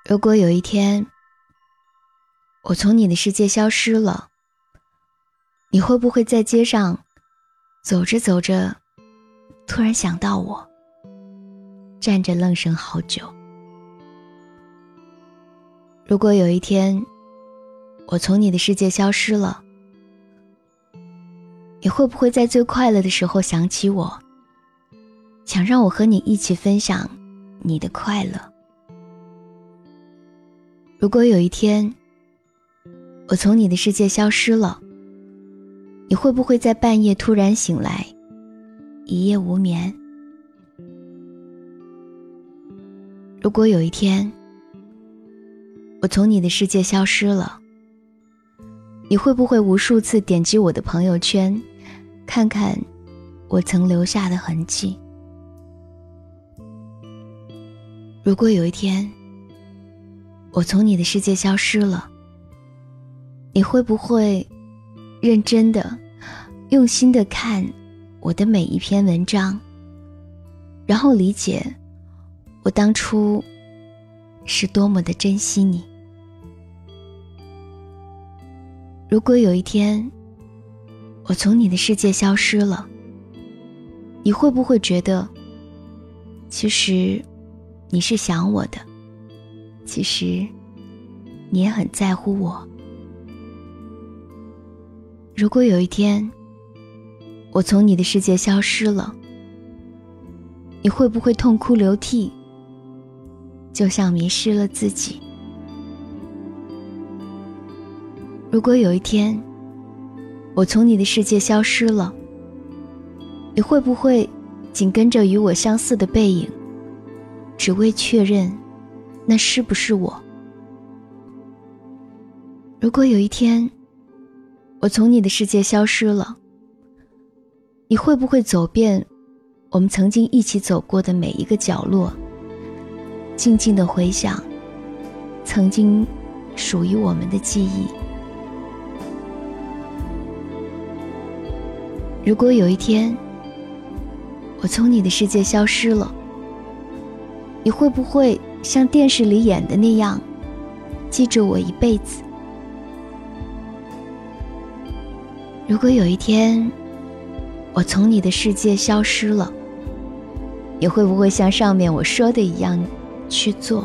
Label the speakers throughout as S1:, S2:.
S1: 如果有一天我从你的世界消失了，你会不会在街上走着走着突然想到我，站着愣神好久？如果有一天我从你的世界消失了，你会不会在最快乐的时候想起我，想让我和你一起分享你的快乐？如果有一天我从你的世界消失了，你会不会在半夜突然醒来，一夜无眠？如果有一天我从你的世界消失了，你会不会无数次点击我的朋友圈，看看我曾留下的痕迹？如果有一天我从你的世界消失了，你会不会认真的用心的看我的每一篇文章，然后理解我当初是多么的珍惜你？如果有一天我从你的世界消失了，你会不会觉得其实你是想我的，其实你也很在乎我？如果有一天我从你的世界消失了，你会不会痛哭流涕，就像迷失了自己？如果有一天我从你的世界消失了，你会不会紧跟着与我相似的背影，只为确认那是不是我？如果有一天我从你的世界消失了，你会不会走遍我们曾经一起走过的每一个角落，静静地回想曾经属于我们的记忆？如果有一天我从你的世界消失了，你会不会像电视里演的那样记着我一辈子？如果有一天我从你的世界消失了，你会不会像上面我说的一样去做？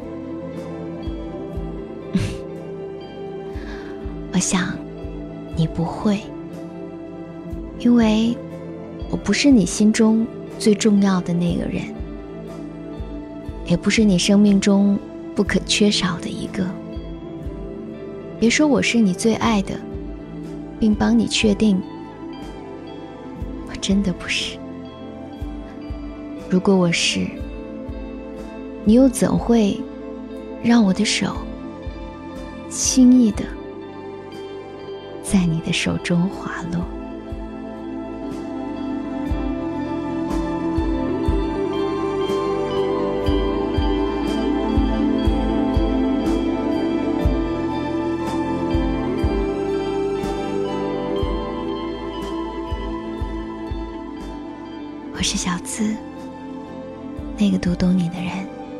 S1: 我想你不会，因为我不是你心中最重要的那个人，也不是你生命中不可缺少的一个。别说我是你最爱的，并帮你确定，我真的不是。如果我是，你又怎会让我的手轻易地在你的手中滑落？我是小资，那个读懂你的人。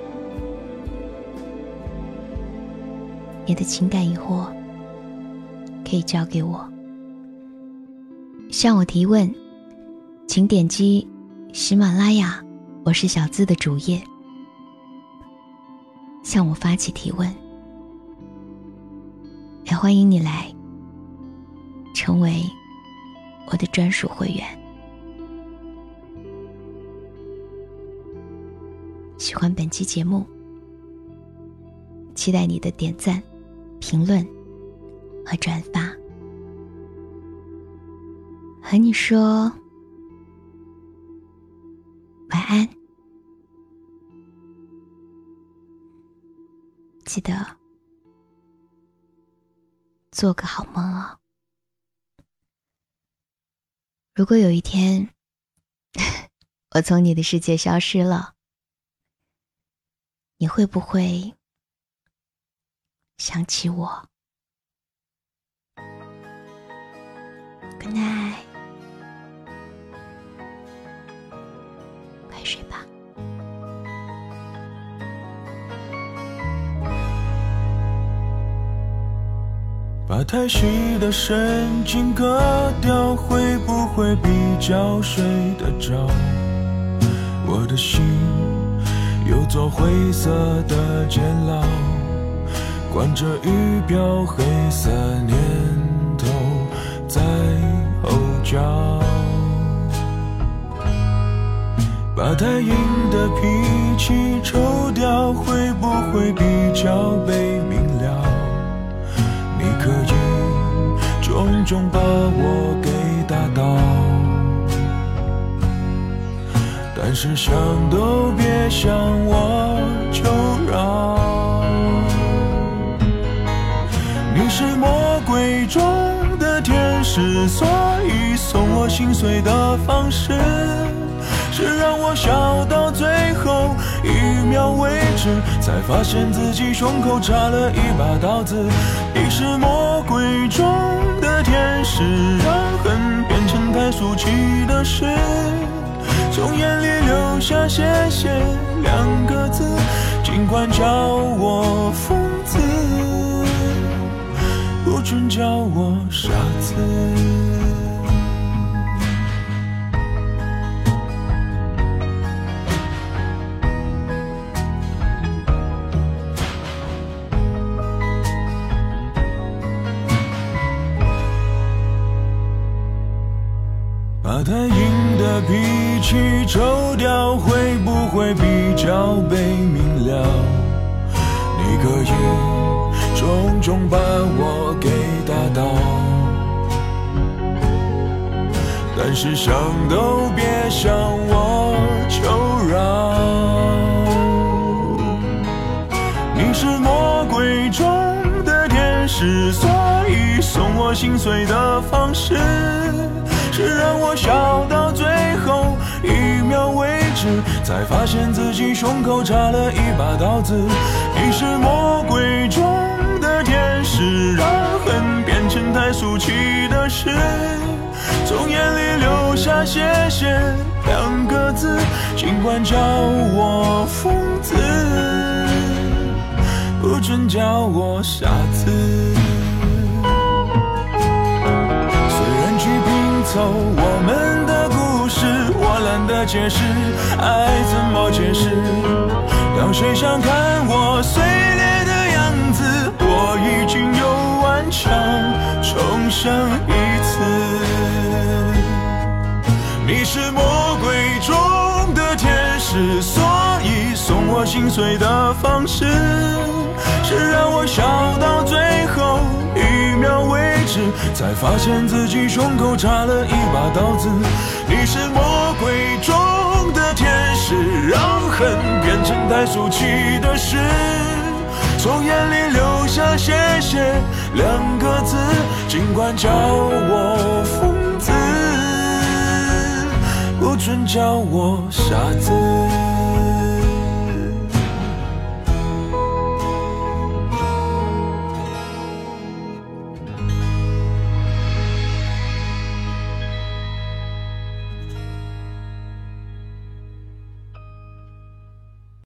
S1: 你的情感疑惑可以交给我，向我提问，请点击喜马拉雅我是小资的主页，向我发起提问。也欢迎你来成为我的专属会员。喜欢本期节目，期待你的点赞、评论和转发。和你说晚安，记得做个好梦哦。如果有一天我从你的世界消失了，你会不会想起我？ Good night， 快睡吧。
S2: 把太细的神经割掉，会不会比较睡得着？我的心有座灰色的监牢，关着仪表，黑色念头在后脚。把太硬的脾气抽掉，会不会比较被明了？你可以重重把我给打倒，但是想都别想我就饶。你是魔鬼中的天使，所以送我心碎的方式是让我笑到最后一秒为止，才发现自己胸口插了一把刀子。你是魔鬼中的天使，让恨变成太俗气的事，从眼里流下谢谢2个字，尽管叫我疯子，不准叫我傻子。把太硬的脾气抽掉，会不会比较被明了？你可以重重把我给打倒，但是想都别想我求饶。你是魔鬼中的天使，所以送我心碎的方式是让我笑到最后一秒为止，才发现自己胸口插了一把刀子。你是魔鬼中的天使，让恨变成太俗气的事，从眼里流下谢谢2个字，尽管叫我疯子，不准叫我傻子。我们的故事我懒得解释，爱怎么解释？当谁想看我碎裂的样子，我已经有顽强重生一次。你是魔鬼中的天使，所以送我心碎的方式是让我笑到最后一秒为止，才发现自己胸口插了一把刀子。你是魔鬼中的天使，让恨变成太俗气的事，从眼里流下谢谢2个字，尽管叫我疯子，不准叫我傻子。